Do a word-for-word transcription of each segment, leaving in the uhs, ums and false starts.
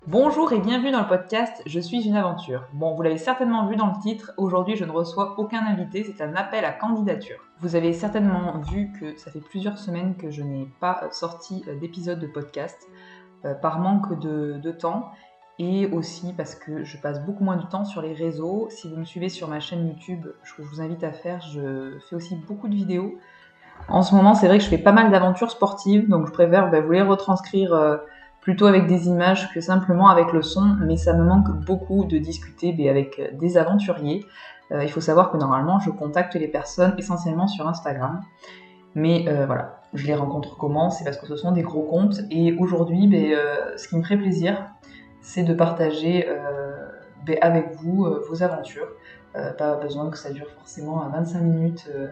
Bonjour et bienvenue dans le podcast Je suis une aventure. Bon, vous l'avez certainement vu dans le titre, aujourd'hui je ne reçois aucun invité, c'est un appel à candidature. Vous avez certainement vu que ça fait plusieurs semaines que je n'ai pas sorti d'épisode de podcast, euh, par manque de, de temps, et aussi parce que je passe beaucoup moins de temps sur les réseaux. Si vous me suivez sur ma chaîne YouTube, ce que je vous invite à faire, je fais aussi beaucoup de vidéos. En ce moment, c'est vrai que je fais pas mal d'aventures sportives, donc je préfère bah, vous les retranscrire euh, plutôt avec des images que simplement avec le son, mais ça me manque beaucoup de discuter bah, avec des aventuriers. Euh, il faut savoir que normalement, je contacte les personnes essentiellement sur Instagram, mais euh, voilà, je les rencontre comment? C'est parce que ce sont des gros comptes, et aujourd'hui, bah, euh, ce qui me ferait plaisir, c'est de partager euh, bah, avec vous euh, vos aventures. Euh, pas besoin que ça dure forcément à vingt-cinq minutes euh,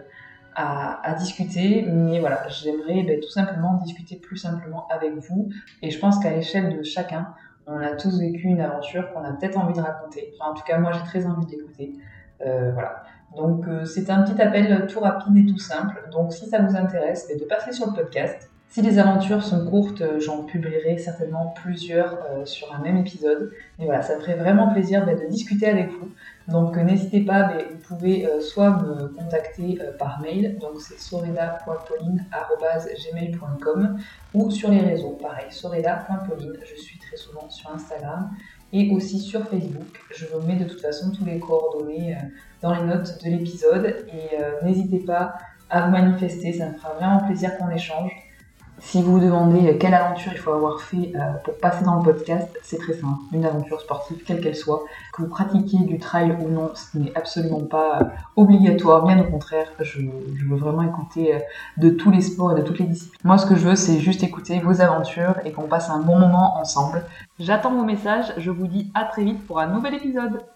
à, à discuter, mais voilà, j'aimerais ben, tout simplement discuter plus simplement avec vous, et je pense qu'à l'échelle de chacun, on a tous vécu une aventure qu'on a peut-être envie de raconter. Enfin, en tout cas, moi, j'ai très envie d'écouter. Euh, voilà. Donc, euh, c'est un petit appel tout rapide et tout simple. Donc, si ça vous intéresse, ben, de passer sur le podcast. Si les aventures sont courtes, j'en publierai certainement plusieurs euh, sur un même épisode. Mais voilà, ça me ferait vraiment plaisir ben, de discuter avec vous. Donc euh, n'hésitez pas, mais vous pouvez euh, soit me contacter euh, par mail, donc c'est soreda point pauline arobase gmail point com, ou sur les réseaux, pareil, soreda point pauline, je suis très souvent sur Instagram et aussi sur Facebook. Je vous mets de toute façon tous les coordonnées euh, dans les notes de l'épisode, et euh, n'hésitez pas à vous manifester, ça me fera vraiment plaisir qu'on échange. Si vous vous demandez quelle aventure il faut avoir fait euh, pour passer dans le podcast, c'est très simple. Une aventure sportive, quelle qu'elle soit. Que vous pratiquiez du trail ou non, ce n'est absolument pas euh, obligatoire. Bien au contraire, je, je veux vraiment écouter euh, de tous les sports et de toutes les disciplines. Moi, ce que je veux, c'est juste écouter vos aventures et qu'on passe un bon moment ensemble. J'attends vos messages. Je vous dis à très vite pour un nouvel épisode.